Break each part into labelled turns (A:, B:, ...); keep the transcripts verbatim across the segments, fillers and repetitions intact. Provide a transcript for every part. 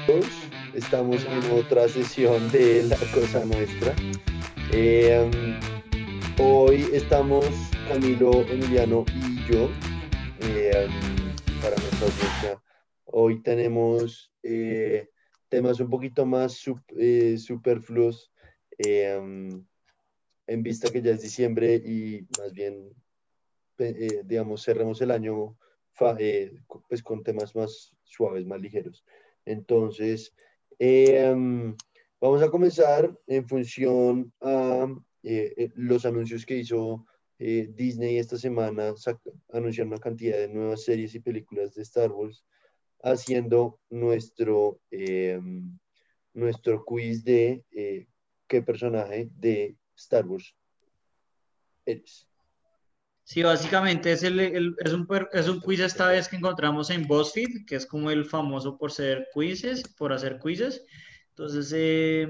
A: Estamos
B: Hola.
A: en otra sesión de La Cosa Nuestra. Eh, Hoy estamos Camilo, Emiliano y yo eh, para nuestra audiencia. Hoy tenemos eh, temas un poquito más sup- eh, superfluos eh, en vista que ya es diciembre y más bien, pe- eh, digamos, cerremos el año fa- eh, co- pues con temas más suaves, más ligeros. Entonces, eh, mm, vamos a comenzar en función a eh, eh, los anuncios que hizo eh, Disney esta semana, sac- anunciaron una cantidad de nuevas series y películas de Star Wars, haciendo nuestro, eh, nuestro quiz de eh, qué personaje de Star Wars eres.
B: Sí, básicamente es, el, el- es un, per- es un quiz esta vez que encontramos en BuzzFeed, que es como el famoso por ser quizzes, por hacer quizzes. Entonces, eh,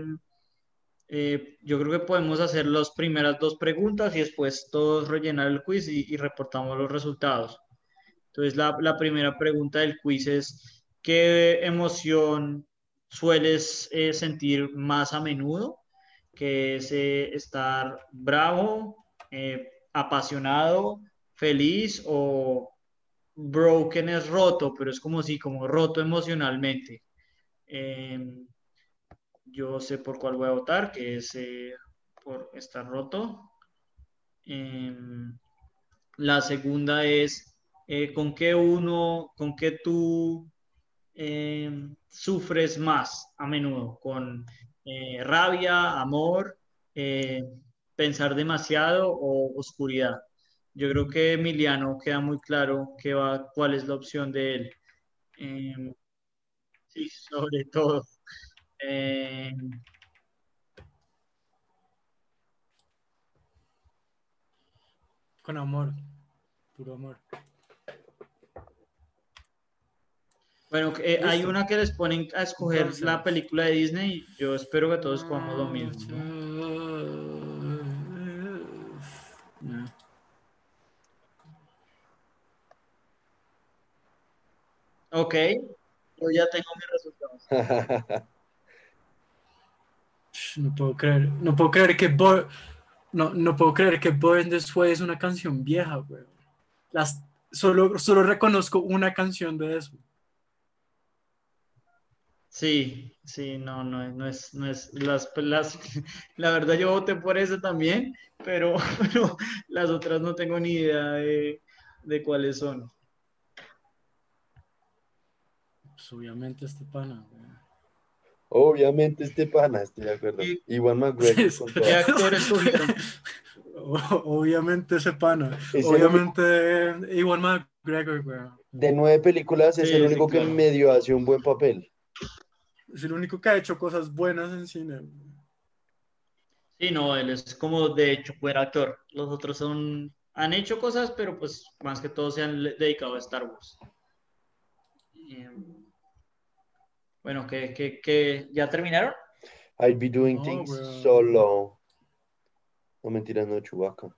B: eh, yo creo que podemos hacer las primeras dos preguntas y después todos rellenar el quiz y, y reportamos los resultados. Entonces, la, la primera pregunta del quiz es, ¿qué emoción sueles eh, sentir más a menudo? Que es eh, estar bravo, eh, apasionado, feliz o broken es roto, pero es como si, como roto emocionalmente. Eh, yo sé por cuál voy a votar, que es eh, por estar roto. Eh, la segunda es eh, con qué uno, con qué tú eh, sufres más a menudo, con eh, rabia, amor, eh, pensar demasiado o oscuridad. Yo creo que Emiliano queda muy claro qué va, cuál es la opción de él. Eh, sí, sobre todo. Eh,
C: Con amor, puro amor.
B: bueno, eh, hay
C: Listo.
B: una que les ponen a escoger la
C: Entonces.
B: película de Disney. Yo espero que todos cojamos lo mismo, ¿no?
C: No.
B: Ok, yo ya tengo mis resultados.
C: No puedo creer, no puedo creer que Bo no, no puedo creer que Born This Way es una canción vieja, güey. Las, solo, solo reconozco una canción de eso.
B: Sí, sí, no, no, es- no es, no es, las, las, la verdad yo voté por eso también, pero, pero las otras no tengo ni idea de, de cuáles son.
C: Pues obviamente este pana, güey.
A: Obviamente este pana, estoy de acuerdo.
B: ¿Y
A: Iwan McGregor con
B: qué
A: toda.
B: actor escogieron?
C: Obviamente ese pana.
A: Es el único,
C: Obviamente Ewan McGregor, güey.
A: de nueve películas, es el
B: Sí, sí,
A: único que
B: claro.
A: medio hace un buen papel.
C: Es el único que ha hecho cosas buenas en cine.
B: Sí, no, él es como de hecho buen actor. Los otros son, han hecho cosas, pero pues más que todo se han le- dedicado a Star Wars. Eh, bueno, que, que, que ya terminaron.
A: I'll be doing
C: No,
A: things
C: güey.
A: solo. No, mentiras, no, Chewbacca.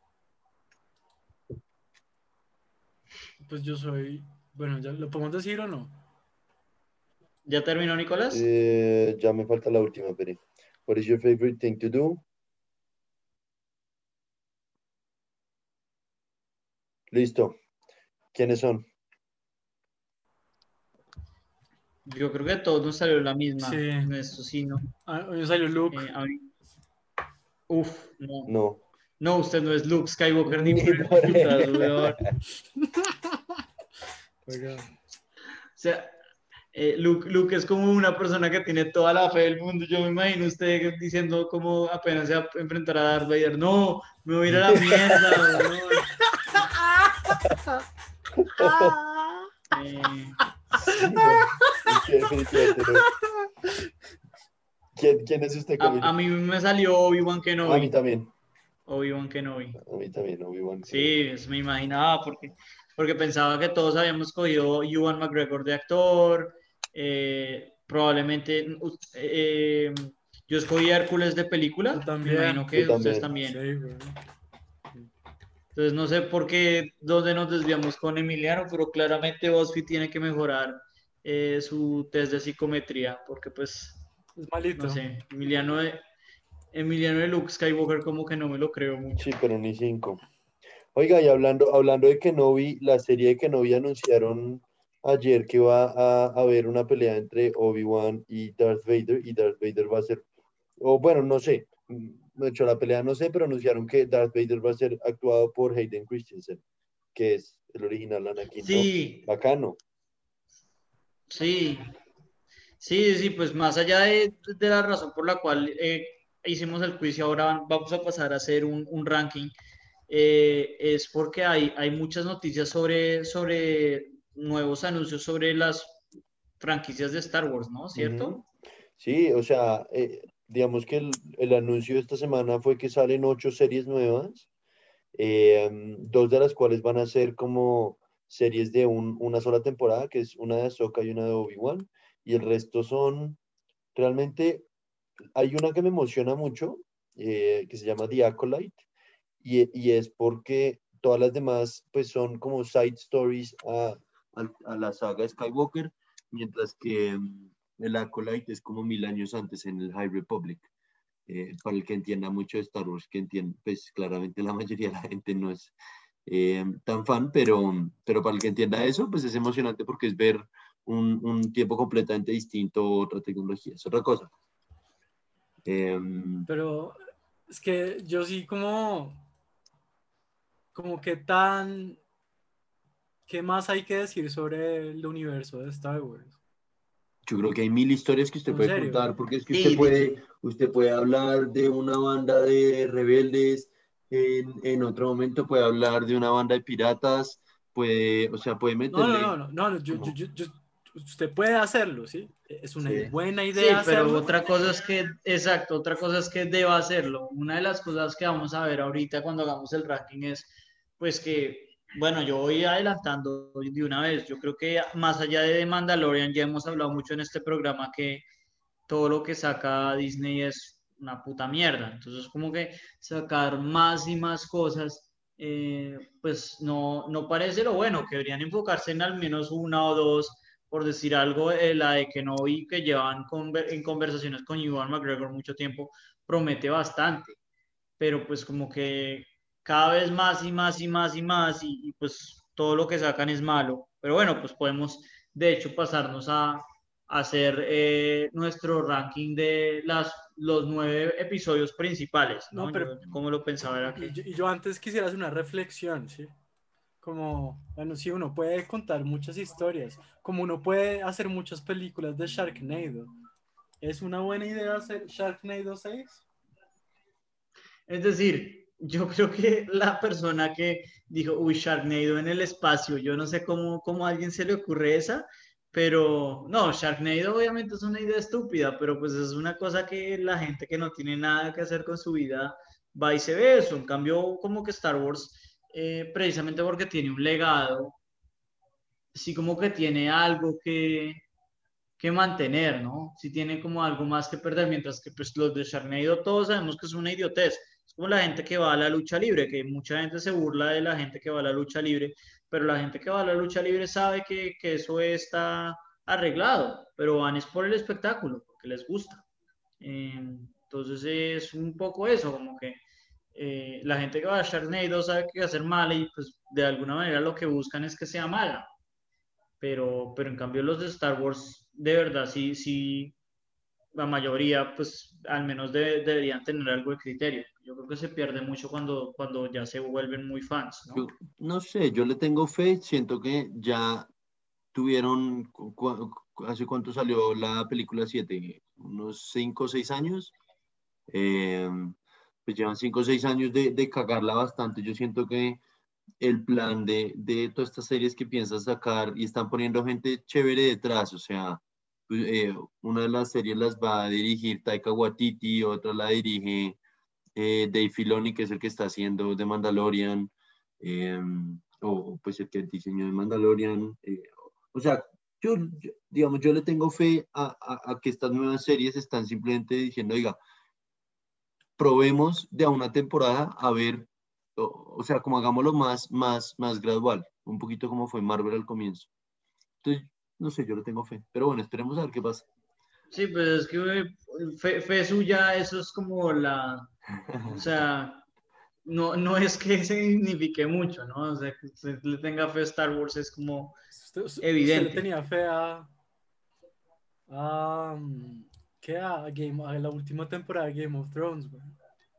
C: Pues yo soy. Bueno, ¿ya lo podemos decir o no?
B: ¿Ya terminó Nicolás?
A: Eh, ya me falta la última, Peri. What is your favorite thing to do? Listo. ¿Quiénes son?
B: Yo creo que a todos nos salió la
C: Sí.
B: misma. Eso sí, no.
C: Ah, hoy salió Luke.
B: Eh, a mí- uf, no.
A: No.
B: No, usted no es Luke Skywalker ni
A: Ni
B: por el
A: por
B: putazo, weón.
C: Oiga.
B: O sea, eh, Luke, Luke es como una persona que tiene toda la fe del mundo. Yo me imagino usted diciendo como apenas se va a enfrentar a Darth Vader. No, me voy a ir a la mierda, weón. Eh,
A: Sí, no. Es que definitivamente no. ¿Quién, quién es usted,
B: a, a
A: Camilo?
B: mí me salió Obi-Wan
A: A mí
B: Kenobi.
A: también.
B: Obi-Wan Kenobi.
A: A mí también, Obi-Wan Kenobi.
B: Sí, eso me imaginaba porque, porque pensaba que todos habíamos cogido Ewan McGregor de actor, eh, probablemente eh, yo escogí Hércules de
C: Yo
B: película, me imagino
C: también.
A: Yo
B: que ustedes
A: también.
C: Sí,
B: también.
C: güey.
B: Entonces no sé por qué, dónde nos desviamos con Emiliano, pero claramente BuzzFeed tiene que mejorar eh, su test de psicometría, porque pues,
C: Es
B: no
C: malito.
B: sé, Emiliano de, Emiliano de Luke Skywalker como que no me lo creo mucho.
A: Sí, pero ni cinco. Oiga, y hablando, hablando de Kenobi, la serie de Kenobi anunciaron ayer que va a haber una pelea entre Obi-Wan y Darth Vader, y Darth Vader va a ser, o bueno, no sé, mm, de hecho la pelea no sé, pero anunciaron que Darth Vader va a ser actuado por Hayden Christensen, que es el original Anakin, ¿no?
B: Sí,
A: Bacano.
B: sí, sí, sí, pues más allá de, de la razón por la cual eh, hicimos el quiz y ahora vamos a pasar a hacer un, un ranking, eh, es porque hay, hay muchas noticias sobre, sobre nuevos anuncios sobre las franquicias de Star Wars, ¿no?
A: Ujú.
B: ¿Cierto?
A: Sí, o sea, eh, digamos que el, el anuncio de esta semana fue que salen ocho series nuevas, eh, dos de las cuales van a ser como series de un- una sola temporada, que es una de Ahsoka y una de Obi-Wan, y el resto son, realmente, hay una que me emociona mucho, eh, que se llama The Acolyte, y, y es porque todas las demás, pues son como side stories a, a, a la saga Skywalker, mientras que mm, el Acolyte es como mil años antes en el High Republic. Eh, para el que entienda mucho de Star Wars, que entiende, pues claramente la mayoría de la gente no es eh, tan fan, pero, pero para el que entienda eso, pues es emocionante porque es ver un, un tiempo completamente distinto, otra tecnología, es otra cosa. Eh,
C: Pero es que yo sí como, como que tan, ¿qué más hay que decir sobre el universo de Star Wars?
A: yo creo que hay mil historias que usted
C: No, en
A: puede
C: serio.
A: contar, porque es que usted
B: Sí,
A: puede,
B: di-
A: usted puede hablar de una banda de rebeldes, en, en otro momento puede hablar de una banda de piratas, puede, o sea, puede
C: No, no,
A: meterle
C: no, no, no, yo, yo,
A: como,
C: yo, yo- usted puede hacerlo, ¿sí? Es una
A: sí.
C: buena
B: sí,
C: idea
B: pero
C: hacerlo.
B: otra cosa es que, exacto, otra cosa es que deba hacerlo. Una de las cosas que vamos a ver ahorita cuando hagamos el ranking es, pues que, bueno, yo voy adelantando de una vez. Yo creo que más allá de Mandalorian, ya hemos hablado mucho en este programa que todo lo que saca Disney es una puta mierda. Entonces, como que sacar más y más cosas, eh, pues no, no parece lo bueno, que deberían enfocarse en al menos una o dos, por decir algo, eh, la de que no vi que llevan conver en conversaciones con Ewan McGregor mucho tiempo, promete bastante, pero pues como que cada vez más y más y más y más y, y pues todo lo que sacan es malo. Pero bueno, pues podemos de hecho pasarnos a, hacer eh, nuestro ranking de las, los nueve episodios principales,
C: No,
B: ¿no?
C: pero
B: Yo como lo pensaba era
C: y
B: que...
C: yo, y yo antes quisiera hacer una reflexión, ¿sí? Como, bueno, sí, uno puede contar muchas historias, como uno puede hacer muchas películas de Sharknado. ¿Es una buena idea hacer Sharknado seis?
B: Es decir, yo creo que la persona que dijo, uy, Sharknado en el espacio, yo no sé cómo, cómo a alguien se le ocurre esa, pero no, Sharknado obviamente es una idea estúpida, pero pues es una cosa que la gente que no tiene nada que hacer con su vida va y se ve eso. En cambio, como que Star Wars, eh, precisamente porque tiene un legado, sí como que tiene algo que, que mantener, ¿no? Si tiene como algo más que perder, mientras que pues los de Sharknado todos sabemos que es una idiotez. Es como la gente que va a la lucha libre, que mucha gente se burla de la gente que va a la lucha libre, pero la gente que va a la lucha libre sabe que, que eso está arreglado, pero van es por el espectáculo, porque les gusta. Eh, entonces es un poco eso, como que eh, la gente que va a Sharknado sabe que va a ser mala y pues de alguna manera lo que buscan es que sea mala, pero, pero en cambio los de Star Wars, de verdad, sí, sí, la mayoría, pues al menos de- deberían tener algo de criterio. Yo creo que se pierde mucho cuando, cuando ya se vuelven muy fans,
A: Yo
B: ¿no?
A: no sé, yo le tengo fe, siento que ya tuvieron, cu- cu- ¿hace cuánto salió la película siete? ¿Unos cinco o seis años? Eh, pues llevan cinco o seis años de, de cagarla bastante. Yo siento que el plan de, de todas estas series que piensan sacar y están poniendo gente chévere detrás, o sea, pues, eh, una de las series las va a dirigir Taika Waititi, otra la dirige eh, Dave Filoni, que es el que está haciendo The Mandalorian, eh, o, o, pues el que diseñó The Mandalorian. Eh, o sea, yo, yo, digamos, yo le tengo fe a, a, a, que estas nuevas series están simplemente diciendo, oiga, probemos de a una temporada a ver, o, o sea, como hagámoslo más, más, más gradual, un poquito como fue Marvel al comienzo. Entonces, no sé, yo le tengo fe. Pero bueno, esperemos a ver qué pasa.
B: Sí, pues es que eh, fe, fe suya, eso es como la, o sea, no, no es que signifique mucho, ¿no? O sea, que usted le tenga fe a Star Wars es como
C: Usted, usted- usted le
B: evidente.
C: tenía fe a, a, mm, ¿qué? A, Game, a la última temporada de Game of Thrones, güey.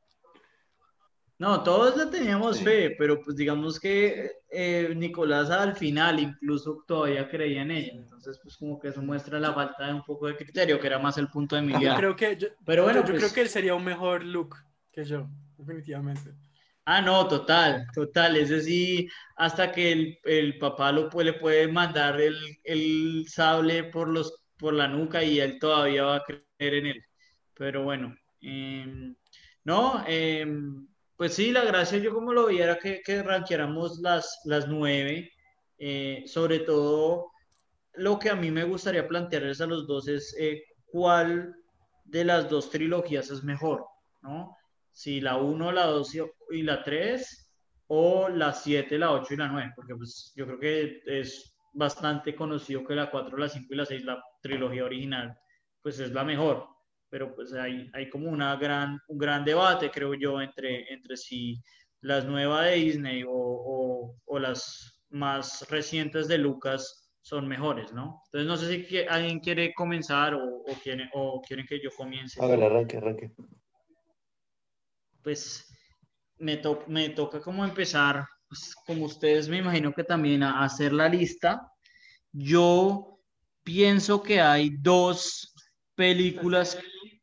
B: No, todos le teníamos
A: Sí.
B: fe, pero pues digamos que eh, Nicolás al final incluso todavía creía en ella. Entonces, pues como que eso muestra la
C: Yo,
B: falta de un poco de criterio, que era más el punto de
C: yo
B: Emiliano.
C: creo que yo,
B: Pero
C: yo,
B: bueno,
C: yo creo que
B: pues,
C: él sería un mejor look que yo, definitivamente.
B: ah, no, total, total. Ese sí, hasta que el, el papá lo, puede- le puede mandar el, el sable por los, por la nuca y él todavía va a creer en él. Pero bueno, em, no, em, pues sí, la gracia yo como lo vi era que, que rankeáramos las, las nueve, eh, sobre todo lo que a mí me gustaría plantearles a los dos es eh, cuál de las dos trilogías es mejor, ¿no? Si la uno, la dos y y la tres o la siete, la ocho y la nueve, porque pues yo creo que es bastante conocido que la cuatro, la cinco y la seis, la trilogía original, pues es la mejor, pero pues hay, hay como una gran, un gran debate, creo yo, entre, entre si las nuevas de Disney o, o, o las más recientes de Lucas son mejores, ¿no? Entonces no sé si qui- alguien quiere comenzar o, o, quiere, o quieren que yo comience.
A: Hágale, arranque, arranque.
B: Pues me, to me toca como empezar, pues, como ustedes me imagino que también a, a hacer la lista. Yo pienso que hay dos películas,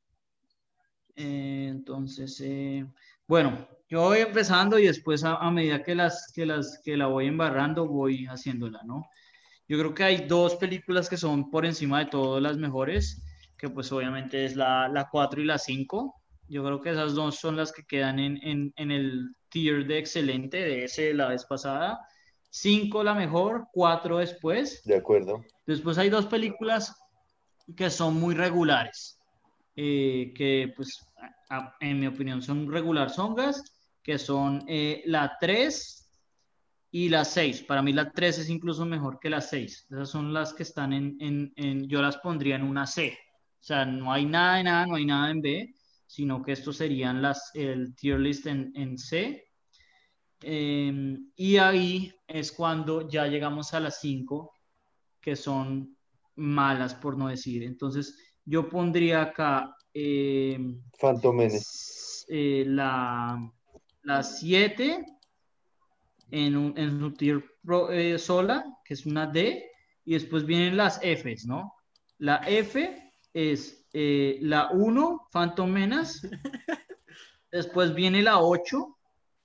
B: eh, entonces, eh, bueno, yo voy empezando y después a, a medida que las, que las que la voy embarrando voy haciéndola, ¿no? Yo creo que hay dos películas que son por encima de todas las mejores, que pues obviamente es la, la cuatro y la cinco. Yo creo que esas dos son las que quedan en, en, en el tier de excelente de ese de la vez pasada. Cinco la mejor, cuatro después.
A: De acuerdo.
B: Después hay dos películas que son muy regulares, eh, que pues a- en mi opinión son regular songas, que son eh, la tres y la seis. Para mí la tres es incluso mejor que la seis. Esas son las que están en, en, en, yo las pondría en una C. O sea, no hay nada en A, no hay nada en B, sino que estos serían las, el tier list en, en C. Eh, y ahí es cuando ya llegamos a las cinco, que son malas, por no decir. Entonces, yo pondría acá eh,
A: Phantom Menace.
B: s- eh, la, la siete en, un, en su tier pro, eh, sola, que es una D, y después vienen las Fs, ¿no? La F es eh, la uno, Phantom Menace, después viene la ocho,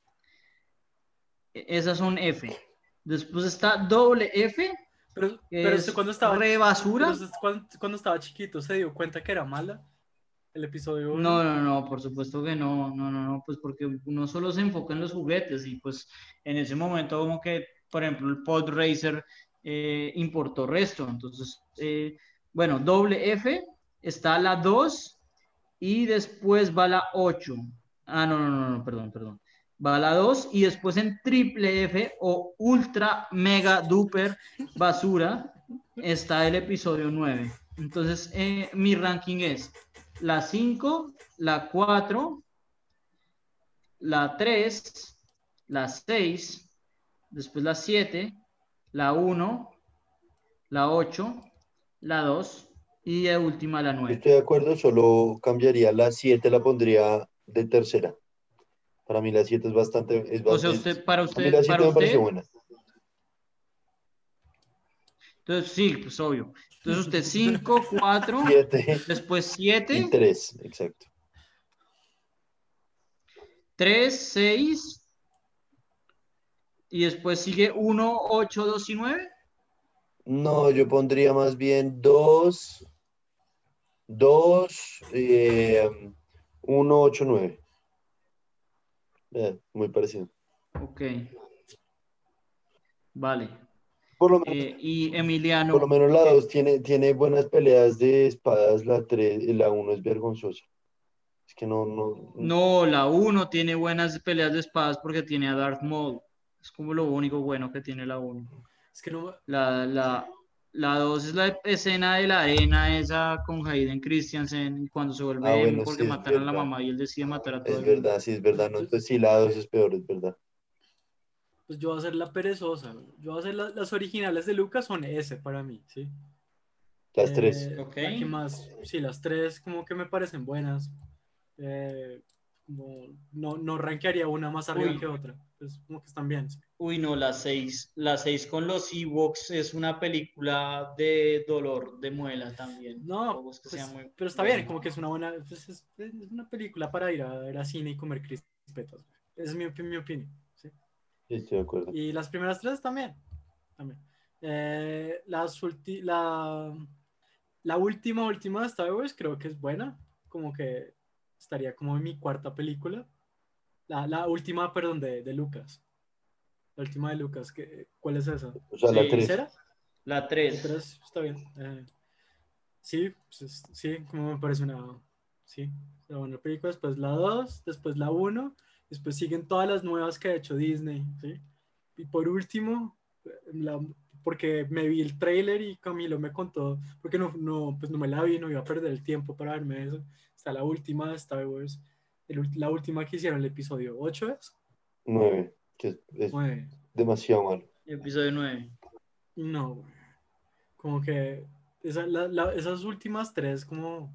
B: esas son F. Después está doble F,
C: Pero,
B: que
C: pero usted
B: es
C: cuando estaba,
B: re
C: ch- pero
B: basura.
C: usted cuando, cuando estaba chiquito se dio cuenta que era mala el episodio
B: No,
C: uno.
B: no, no, por supuesto que no, no, no, no, pues porque uno solo se enfoca en los juguetes y pues en ese momento como que, por ejemplo, el Pod Racer eh, importó resto, entonces, eh, bueno, doble F, está la dos y después va la ocho. Ah, no, no, no, no, perdón, perdón. Va la dos y después en triple F o ultra mega duper basura está el episodio nueve. Entonces, eh, mi ranking es la cinco, la cuatro, la tres, la seis, después la siete, la uno, la ocho, la dos y de última la
A: Yo
B: nueve.
A: estoy de acuerdo, solo cambiaría la siete, la pondría de tercera. Para mí la siete es bastante, es,
B: O
A: ba-
B: sea,
A: es-
B: usted, para
A: a mí la
B: usted,
A: siete
B: para
A: me pareció
B: usted,
A: buena.
B: entonces sí, pues obvio. Entonces usted cinco, cuatro,
A: siete
B: después
A: y
B: siete,
A: tres, exacto.
B: tres, seis y después sigue uno, ocho, dos y nueve.
A: No, yo pondría más bien dos, dos, eh, uno, ocho, nueve. Eh, muy parecido.
B: Ok, vale.
A: Por lo menos,
B: Eh, y
A: por lo
B: Emiliano,
A: menos la
B: ¿qué?
A: dos tiene, tiene buenas peleas de espadas, la tres, la uno es vergonzosa. Es que no, no,
B: No, la uno tiene buenas peleas de espadas porque tiene a Darth Maul. Es como lo único bueno que tiene la uno.
C: Es que no,
B: La, la, La dos es la escena de la arena esa con Hayden Christensen cuando se
A: Ah,
B: vuelve emo
A: bueno, sí,
B: porque
A: es
B: mataron a la
A: verdad.
B: mamá y él decide matar a todo
A: Es
B: el mundo.
A: verdad, sí, es verdad. No, entonces
C: Pues,
A: sí, la dos es peor, es verdad.
C: pues yo voy a hacer la perezosa. Yo voy a hacer la- las originales de Lucas son ese para mí, ¿sí?
A: Las tres.
C: Eh,
B: Ok.
C: la que más, sí, las tres como que me parecen buenas. Eh, como no, no rankearía una más arriba que
B: Uy,
C: otra. Pues como que están bien, sí.
B: uy, no, la seis. La seis con los Ewoks es una película de dolor de muela también.
C: No,
B: Tampoco es que sea
C: pues,
B: muy
C: pero está bien,
B: buena.
C: como que es una buena, pues es, es una película para ir a ver a cine y comer crispetas. Esa es mi, opi- mi opinión, ¿sí?
A: Sí, estoy de acuerdo.
C: Y las primeras tres también, también. Eh, las ulti- la, la última, última de Star Wars creo que es buena, como que estaría como en mi cuarta película. La, la última, perdón, de, de Lucas. La última de Lucas, que, ¿cuál es esa?
A: O sea, la
B: Sí,
A: tres.
C: ¿Tercera?
B: la
C: La
B: tres.
C: tres, está bien. Eh, sí, pues es- sí, como me parece una, sí, una buena película. Después la dos, después la uno, después siguen todas las nuevas que ha hecho Disney, ¿sí? Y por último, la- porque me vi el tráiler y Camilo me contó, porque no, no, pues no me la vi, no iba a perder el tiempo para verme eso. Está la última de Star Wars, el ult- la última que hicieron, el episodio ocho ¿es?
A: Nueve. Que es, es
C: Nueve.
A: demasiado malo.
B: Episodio nueve.
C: No, güey. Como que esa- la- la- esas últimas tres como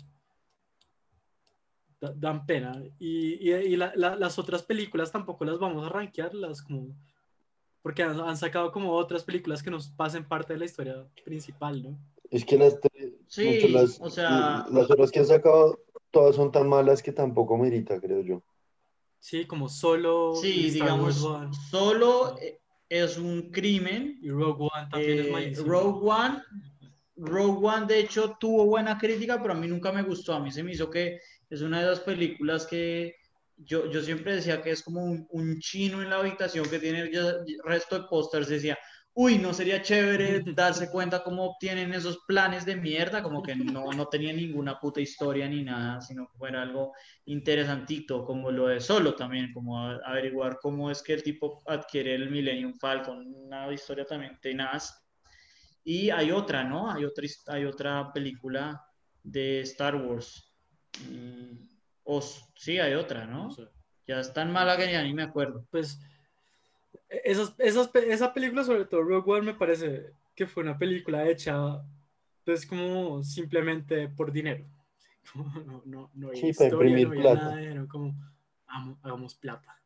C: da- dan pena. Y, y, y la- la- las otras películas tampoco las vamos a rankearlas como porque han, han sacado como otras películas que nos pasen parte de la historia principal, ¿no?
A: Es que las tres, mucho
B: Sí,
A: las,
B: o sea,
A: las otras que han sacado, todas son tan malas que tampoco merita, creo yo.
C: Sí, como Solo y
B: sí,
C: Star Wars
B: digamos,
C: One.
B: solo
C: Sí.
B: eh, es un crimen.
C: Y Rogue One también es
B: Eh,
C: malísima.
B: Rogue One, Rogue One de hecho tuvo buena crítica, pero a mí nunca me gustó. A mí se me hizo que es una de las películas que yo, yo siempre decía que es como un, un chino en la habitación que tiene ya resto de pósters. Decía, uy, no sería chévere darse cuenta cómo obtienen esos planes de mierda, como que no, no tenía ninguna puta historia ni nada, sino que fuera algo interesantito, como lo de Solo también, como a- averiguar cómo es que el tipo adquiere el Millennium Falcon, una historia también tenaz. Y hay otra, ¿no? Hay otra, his- hay otra película de Star Wars. Mm, o s- sí, hay otra,
C: No
B: ¿no?
C: sé.
B: Ya es tan mala que ya ni me acuerdo.
C: Pues esas, esas, pe- esa película, sobre todo Rogue One, me parece que fue una película hecha pues como simplemente por dinero. Como No, no, no había
A: Sí, para
C: historia, no
A: imprimir
C: había
A: plata.
C: nada, era como "Hagamos- hagamos plata".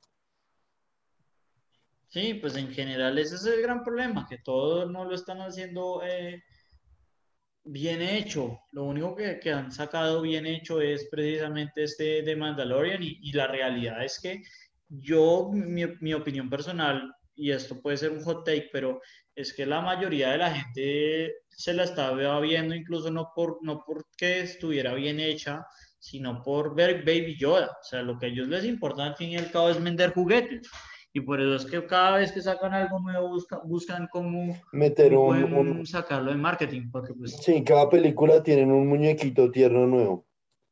B: Sí, pues en general ese es el gran problema, que todo no lo están haciendo eh, bien hecho. Lo único que, que han sacado bien hecho es precisamente este de Mandalorian y, y la realidad es que yo, mi, mi opinión personal, y esto puede ser un hot take, pero es que la mayoría de la gente se la estaba viendo incluso no, por, no porque estuviera bien hecha, sino por ver Baby Yoda. O sea, lo que a ellos les importa al fin y al cabo es vender juguetes. Y por eso es que cada vez que sacan algo nuevo busca- buscan cómo,
A: Meter
B: cómo
A: un, un,
B: pueden sacarlo en marketing, porque pues
A: sí, cada película tienen un muñequito tierno nuevo.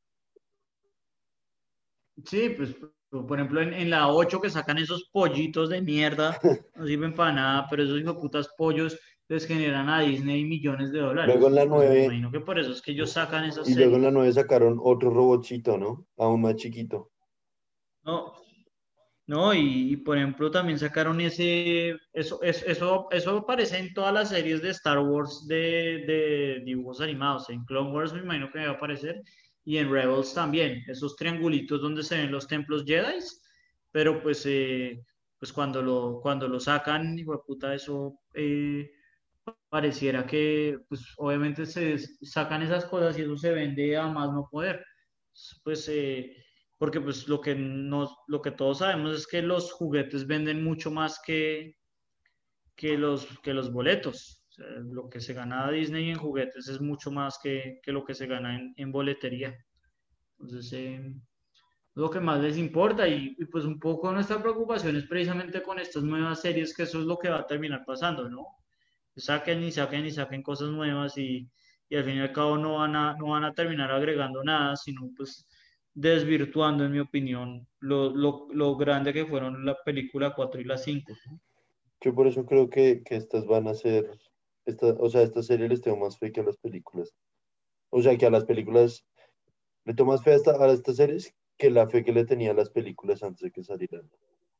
B: sí, pues por ejemplo en, en la ocho que sacan esos pollitos de mierda, no sirven para nada, pero esos hijo de putas pollos les generan a Disney millones de
A: Luego
B: dólares.
A: en la
B: Entonces me
A: nueve
B: imagino que por eso es que ellos sacan esas
A: y luego en la
B: series.
A: nueve sacaron otro robotcito, ¿no? Aún más chiquito.
B: No, no, y, y, por ejemplo también sacaron ese, eso, es- eso, eso aparece en todas las series de Star Wars de, de dibujos animados. En Clone Wars me imagino que va a aparecer y en Rebels también, esos triangulitos donde se ven los templos Jedi, pero pues, eh, pues cuando lo, cuando lo sacan, hijo de puta, eso eh, pareciera que pues obviamente se sacan esas cosas y eso se vende a más no poder. Pues eh, porque pues lo que nos, lo que todos sabemos es que los juguetes venden mucho más que, que los, que los boletos. O sea, lo que se gana Disney en juguetes es mucho más que, que lo que se gana en, en boletería. Entonces, eh, lo que más les importa y, y, pues un poco nuestra preocupación es precisamente con estas nuevas series que eso es lo que va a terminar pasando, ¿no? Saquen y saquen y saquen cosas nuevas y, y al fin y al cabo no van a, no van a terminar agregando nada, sino pues desvirtuando, en mi opinión, lo, lo, lo grande que fueron la película cuatro y la cinco.
A: Yo por eso creo que, que estas van a ser esta, o sea, esta serie les tengo más fe que a las películas. O sea, que a las películas, le tomo más fe a, esta- a estas series que la fe que le tenía a las películas antes de que salieran.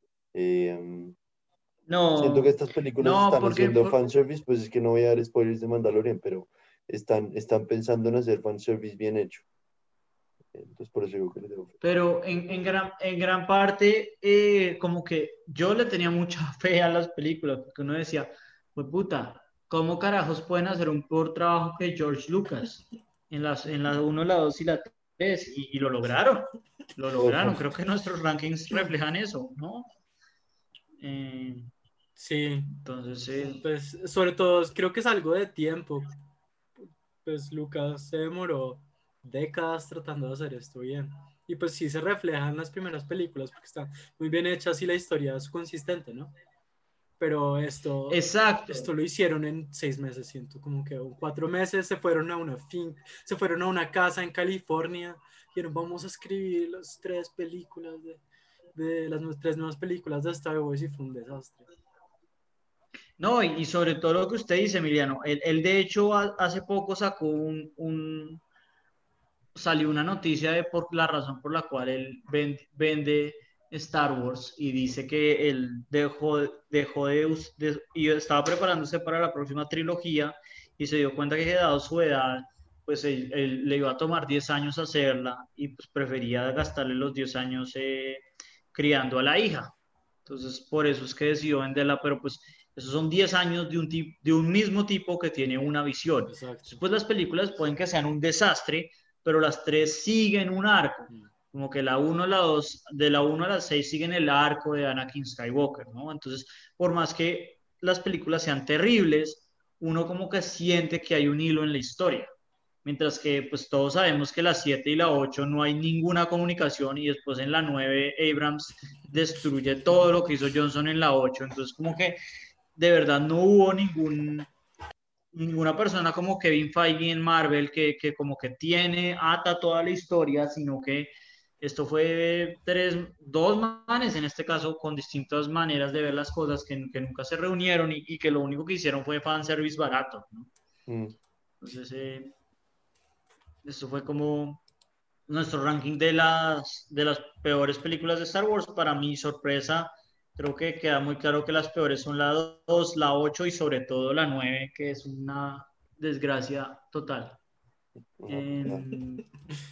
A: Eh, Siento que
B: No,
A: estas películas
B: no,
A: están
B: porque
A: haciendo
B: por-
A: fanservice, pues es que no voy a dar spoilers de Mandalorian, pero están, están pensando en hacer fanservice bien hecho. Entonces, por eso digo que les tengo fe.
B: pero en, en gran, en gran parte, eh, como que yo le tenía mucha fe a las películas, porque uno decía, pues puta, ¿cómo carajos pueden hacer un peor trabajo que George Lucas en las, en la uno, la dos y la tres? Y, y lo lograron, lo lograron.
A: Total.
B: Creo que nuestros rankings reflejan eso, ¿no? Eh,
C: Sí,
B: entonces, eh,
C: pues sobre todo creo que es algo de tiempo. Pues Lucas se demoró décadas tratando de hacer esto bien. Y pues sí se refleja en las primeras películas porque están muy bien hechas y la historia es consistente, ¿no? Pero esto,
B: exacto.
C: esto lo hicieron en seis meses, siento, como que en cuatro meses se fueron a una finca, se fueron a una casa en California, y dijeron, vamos a escribir las tres películas de, de las nue- tres nuevas películas de Star Wars y fue un desastre.
B: No, y, y sobre todo lo que usted dice, Emiliano, él, él de hecho ha- hace poco sacó un, un- salió una noticia de por la razón por la cual él ven- vende Star Wars y dice que él dejó, dejó de, us- de- y estaba preparándose para la próxima trilogía y se dio cuenta que dado su edad, pues él, él le iba a tomar diez años hacerla y pues prefería gastarle los diez años eh, criando a la hija. Entonces, por eso es que decidió venderla, pero pues esos son diez años de un, tip- de un mismo tipo que tiene una visión.
C: Exacto.
B: Entonces, pues las películas pueden que sean un desastre, pero las tres siguen un arco.
C: Mm.
B: Como que la uno, la dos, de la uno a la seis siguen el arco de Anakin Skywalker, ¿no? Entonces, por más que las películas sean terribles, uno como que siente que hay un hilo en la historia. Mientras que pues todos sabemos que la siete y la ocho no hay ninguna comunicación y después en la nueve Abrams destruye todo lo que hizo Johnson en la ocho. Entonces como que de verdad no hubo ningún, ninguna persona como Kevin Feige en Marvel que, que como que tiene, ata toda la historia, sino que esto fue tres, dos manes en este caso con distintas maneras de ver las cosas que, que nunca se reunieron y, y, que lo único que hicieron fue fanservice barato, ¿no?
A: Mm.
B: Entonces, eh, esto fue como nuestro ranking de las, de las peores películas de Star Wars. Para mi sorpresa, creo que queda muy claro que las peores son la dos, la ocho y sobre todo la nueve, que es una desgracia total.
A: Una paja.
B: Eh,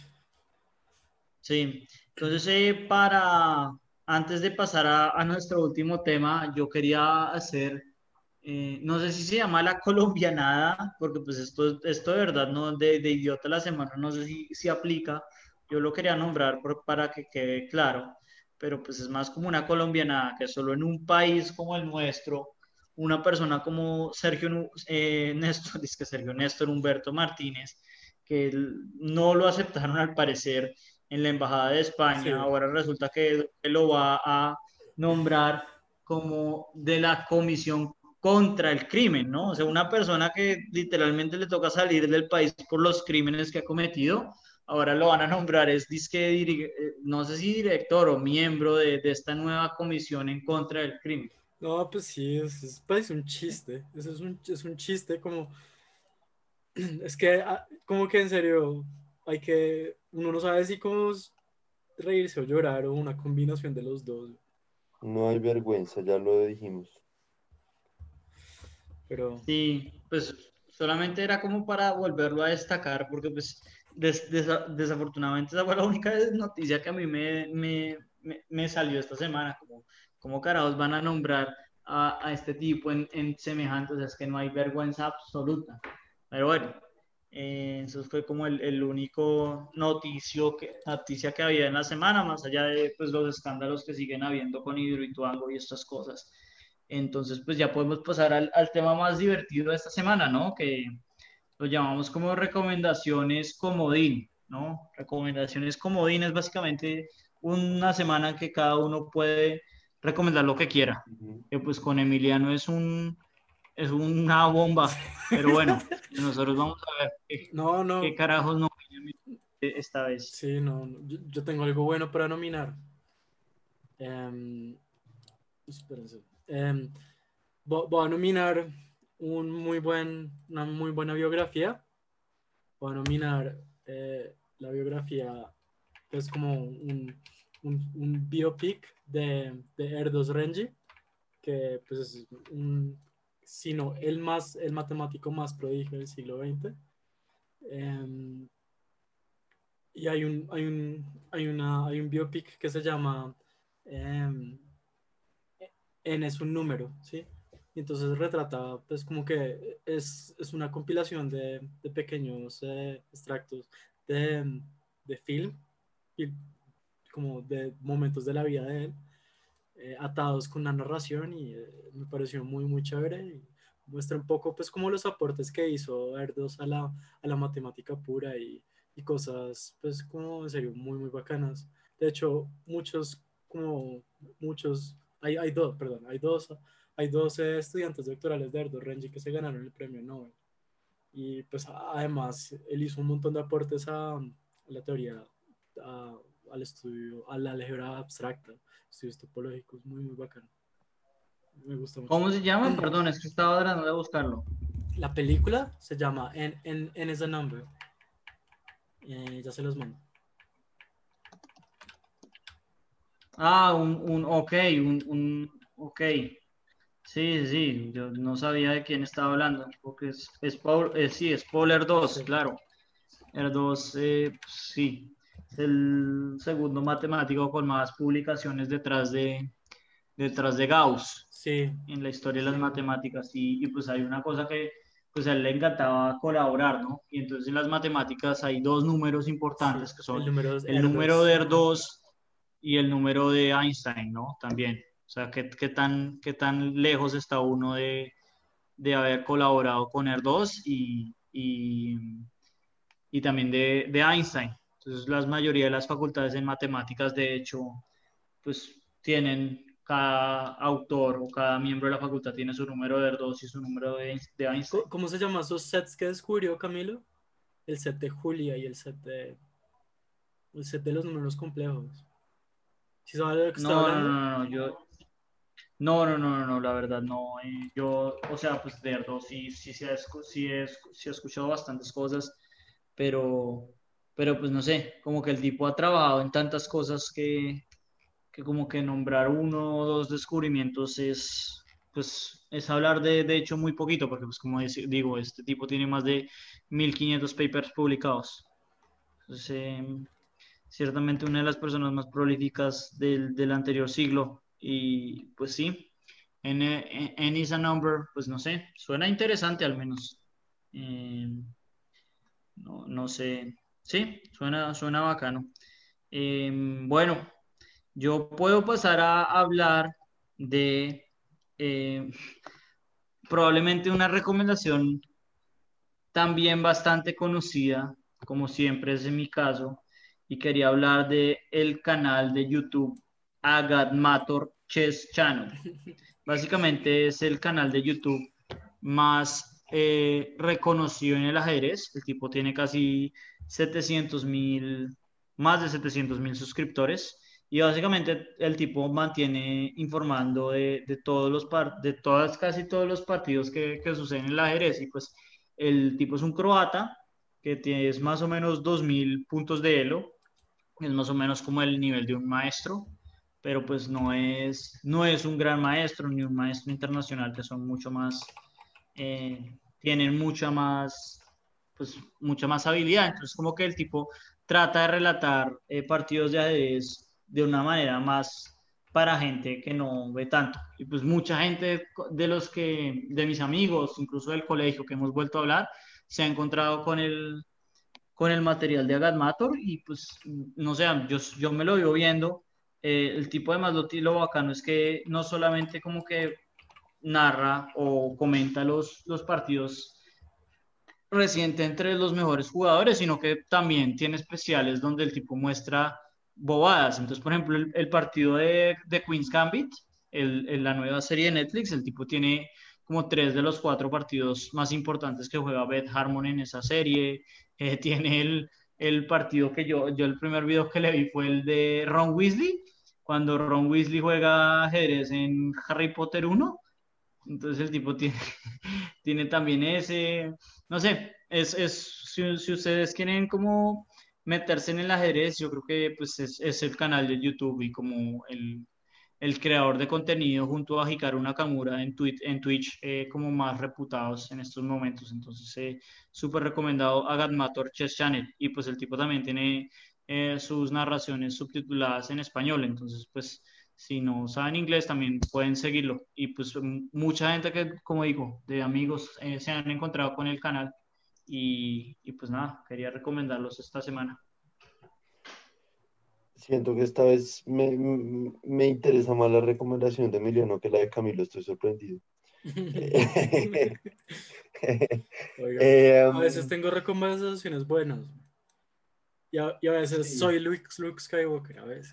B: sí, entonces eh, para, antes de pasar a, a nuestro último tema, yo quería hacer, eh, no sé si se llama la colombianada, porque pues esto, esto de verdad, no, de, de idiota de la semana, no sé si, si aplica, yo lo quería nombrar por- para que quede claro, pero pues es más como una colombianada, que solo en un país como el nuestro, una persona como Sergio, Nu- eh, Néstor, es que Sergio Néstor Humberto Martínez, que él- no lo aceptaron al parecer en la Embajada de España,
C: Sí,
B: ahora resulta que él lo va a nombrar como de la Comisión contra el Crimen, ¿no? O sea, una persona que literalmente le toca salir del país por los crímenes que ha cometido, ahora lo van a nombrar, es disque, diri- eh, no sé si director o miembro de, de esta nueva Comisión en contra del Crimen.
C: no, pues sí, es, es, parece un chiste, eso es un, es un chiste como, es que ah, como que en serio, hay que, uno no sabe si como reírse o llorar o una combinación de los dos,
A: No hay vergüenza, ya lo dijimos.
C: pero
B: Sí, pues solamente era como para volverlo a destacar, porque pues des- desa- desafortunadamente esa fue la única noticia que a mí me, me, me, me salió esta semana, como, como carajos van a nombrar a, a este tipo en, en semejante, o sea, es que no hay vergüenza absoluta. Pero bueno, eh, eso fue como el, el único noticio que, noticia que había en la semana, más allá de pues, los escándalos que siguen habiendo con Hidroituango y estas cosas. Entonces, pues ya podemos pasar al, al tema más divertido de esta semana, ¿no? Que lo llamamos como recomendaciones comodín, ¿no? Recomendaciones comodín es básicamente una semana en que cada uno puede recomendar lo que quiera.
A: Ujú.
B: Que pues con Emiliano es un es una bomba, pero bueno, nosotros vamos a ver qué,
C: no,
B: qué
C: no,
B: carajos nos viene esta vez.
C: sí, no, no, yo, yo tengo algo bueno para nominar. Em, espérense. Em, vo- voy a nominar un muy buen, una muy buena biografía. Voy a nominar eh, la biografía, es como un, un, un biopic de, de Erdos Rengi, que pues es un, sino el más, el matemático más prodigio del siglo veinte. Eh, y hay un, hay un, hay una, hay un biopic que se llama eh, N es un número, ¿sí? Y entonces retrata, pues como que es, es una compilación de, de pequeños eh, extractos de, de film, y como de momentos de la vida de él, eh, atados con una narración, y eh, me pareció muy, muy chévere, y muestra un poco, pues, como los aportes que hizo Erdos a la, a la matemática pura, y, y cosas, pues, como en serio, muy, muy bacanas. De hecho, muchos, como muchos, hay, hay dos, perdón, hay dos, hay dos eh, estudiantes doctorales de Erdos Rengi que se ganaron el premio Nobel. Y pues además él hizo un montón de aportes a, a la teoría, a, al estudio, a la álgebra abstracta, estudios topológicos, muy, muy bacano. Me gusta mucho.
B: ¿Cómo se llama? Perdón, es que estaba tratando de buscarlo.
C: La película se llama N, N, N is a Number. Eh, ya se los mando.
B: Ah, un, un ok, un, un, ok. Sí, sí, yo no sabía de quién estaba hablando, porque es, es, Paul- eh, sí, es Paul Erdos,
C: Sí.
B: claro. Erdos, eh, sí, es el segundo matemático con más publicaciones detrás de, detrás de Gauss
C: Sí,
B: en la historia de las matemáticas. Y, y pues hay una cosa que pues a él le encantaba colaborar, ¿no? Y entonces en las matemáticas hay dos números
C: sí.
B: importantes que
C: El
B: son
C: número es
B: el número
C: Erdos.
B: de Erdos y el número de Einstein, ¿no? También. O sea, ¿qué, qué tan, qué tan lejos está uno de, de haber colaborado con Erdos y, y, y también de, de Einstein? Entonces, la mayoría de las facultades en matemáticas, de hecho, pues tienen, cada autor o cada miembro de la facultad tiene su número de Erdos y su número de, de Einstein.
C: ¿Cómo se llaman esos sets que descubrió Camilo? El set de Julia y el set de, el set de los números complejos. ¿Sí sabes de lo que estoy
B: No, no,
C: hablando?
B: no, no, yo, no, no, no, no, no, la verdad, no. eh, yo, o sea, pues de Erdos sí, sí, sí, he, escu- sí, he, escu- sí he escuchado bastantes cosas, pero, pero pues no sé, como que el tipo ha trabajado en tantas cosas que, que como que nombrar uno o dos descubrimientos es, pues, es hablar de, de hecho muy poquito, porque pues como dice- digo, este tipo tiene más de mil quinientos papers publicados. Entonces, eh, ciertamente una de las personas más prolíficas del, del anterior siglo. Y pues sí, en, en, en is a number, pues no sé, suena interesante al menos. Eh, no, no sé, sí, suena, suena bacano. Eh, bueno, yo puedo pasar a hablar de eh, probablemente una recomendación también bastante conocida, como siempre es en mi caso, y quería hablar de el canal de YouTube Agadmator Chess Channel. Básicamente es el canal de YouTube más eh, reconocido en el ajedrez. El tipo tiene casi setecientos mil, más de setecientos mil suscriptores. Y básicamente el tipo mantiene informando de, de todos los par de todas, casi todos los partidos que, que suceden en el ajedrez. Y pues el tipo es un croata que tiene, es más o menos dos mil puntos de elo. Es más o menos como el nivel de un maestro, pero pues no es, no es un gran maestro ni un maestro internacional, que son mucho más, eh, tienen mucha más, pues mucha más habilidad. Entonces como que el tipo trata de relatar eh, partidos de ajedrez de una manera más para gente que no ve tanto. Y pues mucha gente de los que, de mis amigos, incluso del colegio que hemos vuelto a hablar, se ha encontrado con el, con el material de Agadmator y pues no sé, yo, yo me lo vivo viendo. Eh, el tipo además lo, lo bacano es que no solamente como que narra o comenta los, los partidos reciente entre los mejores jugadores, sino que también tiene especiales donde el tipo muestra bobadas. Entonces, por ejemplo, el, el partido de, de Queen's Gambit, el, el, la nueva serie de Netflix, el tipo tiene como tres de los cuatro partidos más importantes que juega Beth Harmon en esa serie. Eh, tiene el, el partido que yo, yo el primer video que le vi fue el de Ron Weasley, cuando Ron Weasley juega ajedrez en Harry Potter uno. Entonces el tipo tiene, tiene también ese, no sé, es, es si, si ustedes quieren como meterse en el ajedrez, yo creo que pues es, es el canal de YouTube y como el, el creador de contenido junto a Hikaru Nakamura en, Twitch, en Twitch eh, como más reputados en estos momentos. Entonces, eh, súper recomendado a Gatmator Chess Channel. Y pues el tipo también tiene eh, sus narraciones subtituladas en español. Entonces, pues si no saben inglés también pueden seguirlo. Y pues m- mucha gente que, como digo, de amigos eh, se han encontrado con el canal. Y, y pues nada, quería recomendarlos esta semana.
A: Siento que esta vez me, m- me interesa más la recomendación de Emiliano que la de Camilo, estoy sorprendido.
C: Oiga,
A: Eh,
C: a veces
A: um,
C: tengo recomendaciones buenas. Y a, y a veces
A: sí,
C: soy Luke, Luke Skywalker, a veces.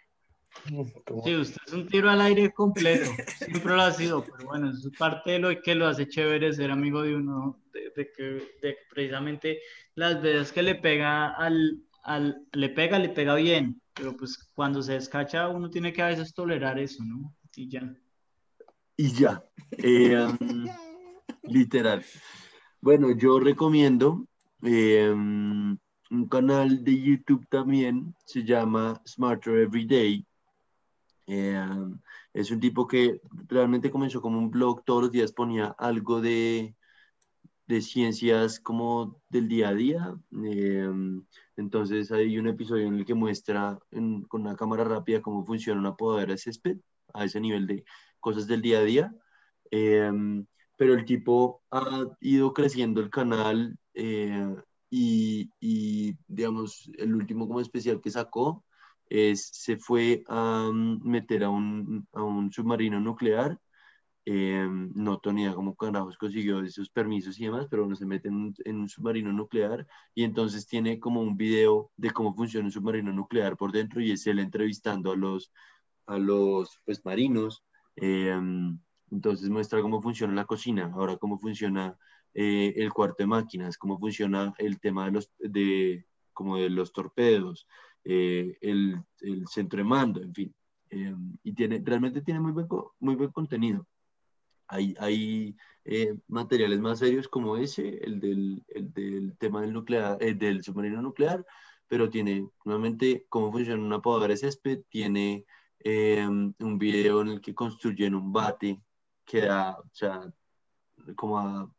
A: como-
B: Sí, usted es un tiro al aire completo, siempre lo ha sido, pero bueno, eso es parte de lo que lo hace chévere ser amigo de uno, de, de que, de que precisamente las veces que le pega al, al, le pega, le pega bien, pero pues cuando se descacha uno tiene que a veces tolerar eso, ¿no? Y ya.
A: y ya, eh, um, literal. Bueno, yo recomiendo eh, un canal de YouTube también, se llama Smarter Every Day. Eh, es un tipo que realmente comenzó como un blog, todos los días ponía algo de, de ciencias como del día a día. Eh, entonces hay un episodio en el que muestra en- con una cámara rápida cómo funciona una podadora de césped a ese nivel de cosas del día a día. Eh, pero el tipo ha ido creciendo el canal eh, y, y, digamos, el último como especial que sacó es, se fue a mm, meter a un, a un submarino nuclear. Eh, no tenía idea cómo carajos consiguió esos permisos y demás, pero no se mete en un, en un submarino nuclear y entonces tiene como un video de cómo funciona un submarino nuclear por dentro y es él entrevistando a los, a los pues, marinos. eh, entonces muestra cómo funciona la cocina, ahora cómo funciona eh, el cuarto de máquinas, cómo funciona el tema de los, de, como de los torpedos, eh, el, el centro de mando, en fin. Eh, y tiene, realmente tiene muy buen, co- muy buen contenido. Hay, hay eh, materiales más serios como ese, el del, el del tema del nuclear, eh, del submarino nuclear, pero tiene nuevamente cómo funciona una podadora de césped, tiene eh, un video en el que construyen un bate que da, o sea, como a,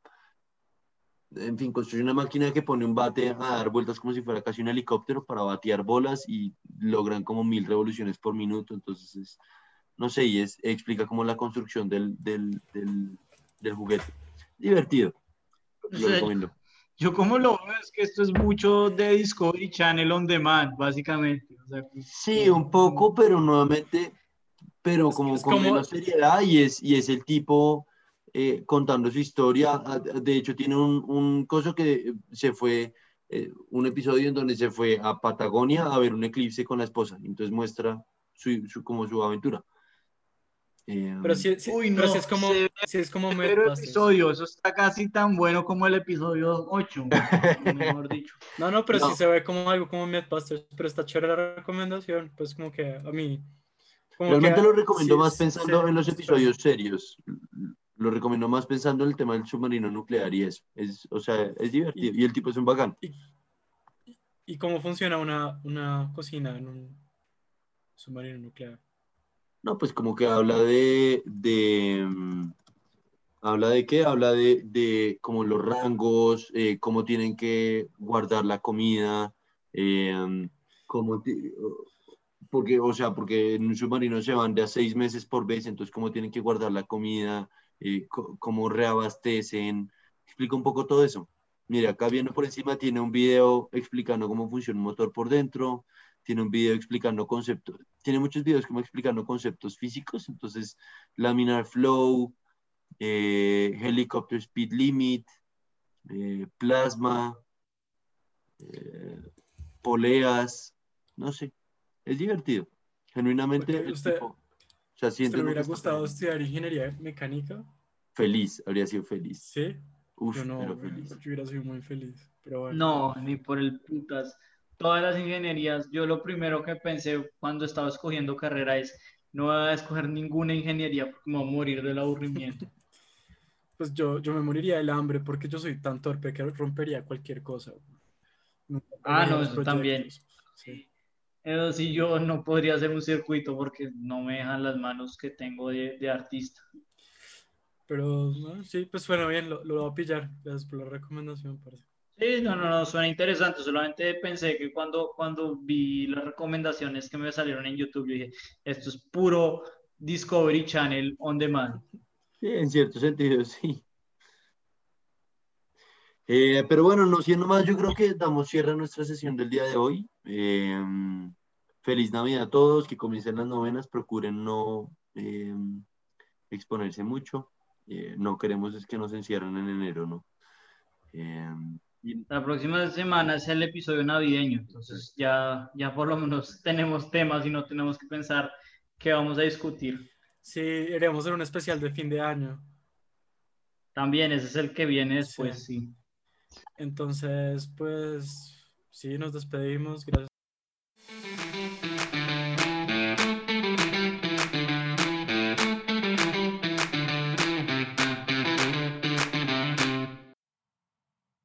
A: en fin, construye una máquina que pone un bate a dar vueltas como si fuera casi un helicóptero para batear bolas y logran como mil revoluciones por minuto, entonces es, no sé, y es, explica como la construcción del, del, del, del juguete. Divertido,
B: O
A: lo
B: sea,
A: recomiendo.
B: yo como lo veo es que esto es mucho de Discovery Channel on demand, básicamente. O sea, pues,
A: Sí,
B: como-
A: un poco, pero nuevamente, pero
C: Es,
A: como
C: es
A: con
C: como,
A: menos seriedad y es, y es el tipo eh, contando su historia. Ah, de hecho, tiene un, un coso que se fue, eh, un episodio en donde se fue a Patagonia a ver un eclipse con la esposa. Entonces muestra su, su, como su aventura. Eh,
C: pero sí, sí-
B: Uy,
C: pero sí
B: no,
C: es como,
B: severo,
C: sí es como
B: severo
C: Mythbusters.
B: episodio, eso está casi tan bueno como el episodio ocho, mejor dicho.
C: No, no, pero sí
A: no,
C: se ve como algo como Mythbusters, pero está chévere la recomendación, pues como que a mí, como que
A: realmente lo recomiendo
C: sí,
A: más
C: sí,
A: pensando en los
C: sí suena.
A: episodios serios. Lo recomiendo más pensando en el tema del submarino nuclear y eso. Es, o sea, es divertido.
C: ¿Y,
A: Y el tipo es un bacán.
C: y, y cómo funciona una, una cocina en un submarino nuclear?
A: No, pues como que habla de, de mm, ¿habla de qué? Habla de, de como los rangos, eh, cómo tienen que guardar la comida, eh, cómo ti- porque, o sea, porque en un submarino se van de a seis meses por vez, entonces cómo tienen que guardar la comida, eh, co- cómo reabastecen. Explica un poco todo eso. Mira, acá viendo por encima tiene un video explicando cómo funciona un motor por dentro, tiene un video explicando conceptos, tiene muchos videos como explicando conceptos físicos, entonces laminar flow, eh, helicopter speed limit, eh, plasma, eh, poleas, no sé, es divertido. Genuinamente
C: Porque
A: el
C: usted,
A: tipo, o sea,
C: ¿usted le
A: sientes lo que
C: hubiera
A: está
C: gustado
A: aprendiendo.
C: estudiar ingeniería mecánica?
A: Feliz, habría sido feliz.
C: Sí, yo
A: Uf,
C: no,
A: pero
C: weón,
A: feliz.
C: yo hubiera sido muy feliz, pero bueno.
B: No, ni por el putas. Todas las ingenierías, yo lo primero que pensé cuando estaba escogiendo carrera es, no voy a escoger ninguna ingeniería porque me voy a morir del aburrimiento.
C: pues yo, yo me moriría del hambre porque yo soy tan torpe que rompería cualquier cosa. Nunca
B: Ah,
C: acabaría
B: no,
C: los
B: eso también.
C: proyectos. Sí.
B: Eso sí, yo no podría hacer un circuito porque no me dejan las manos que tengo de, de artista.
C: Pero no, sí, pues suena bien, lo, lo voy a pillar. Gracias por la recomendación, parce.
B: Sí, no, no, no, suena interesante. Solamente pensé que cuando, cuando vi las recomendaciones que me salieron en YouTube, yo dije, esto es puro Discovery Channel on demand.
A: Sí, en cierto sentido, sí. Eh, pero bueno, no siendo más, yo creo que damos cierre a nuestra sesión del día de hoy. Eh, feliz Navidad a todos, que comiencen las novenas, procuren no eh, exponerse mucho. Eh, no queremos es que nos encierren en enero, ¿no? Eh, y
B: La próxima semana es el episodio navideño, entonces ya, ya por lo menos tenemos temas y no tenemos que pensar qué vamos a discutir.
C: Sí, iríamos a hacer un especial de fin de año.
B: También ese es el que viene
C: Sí.
B: después, sí.
C: Entonces, pues, sí, nos despedimos. Gracias.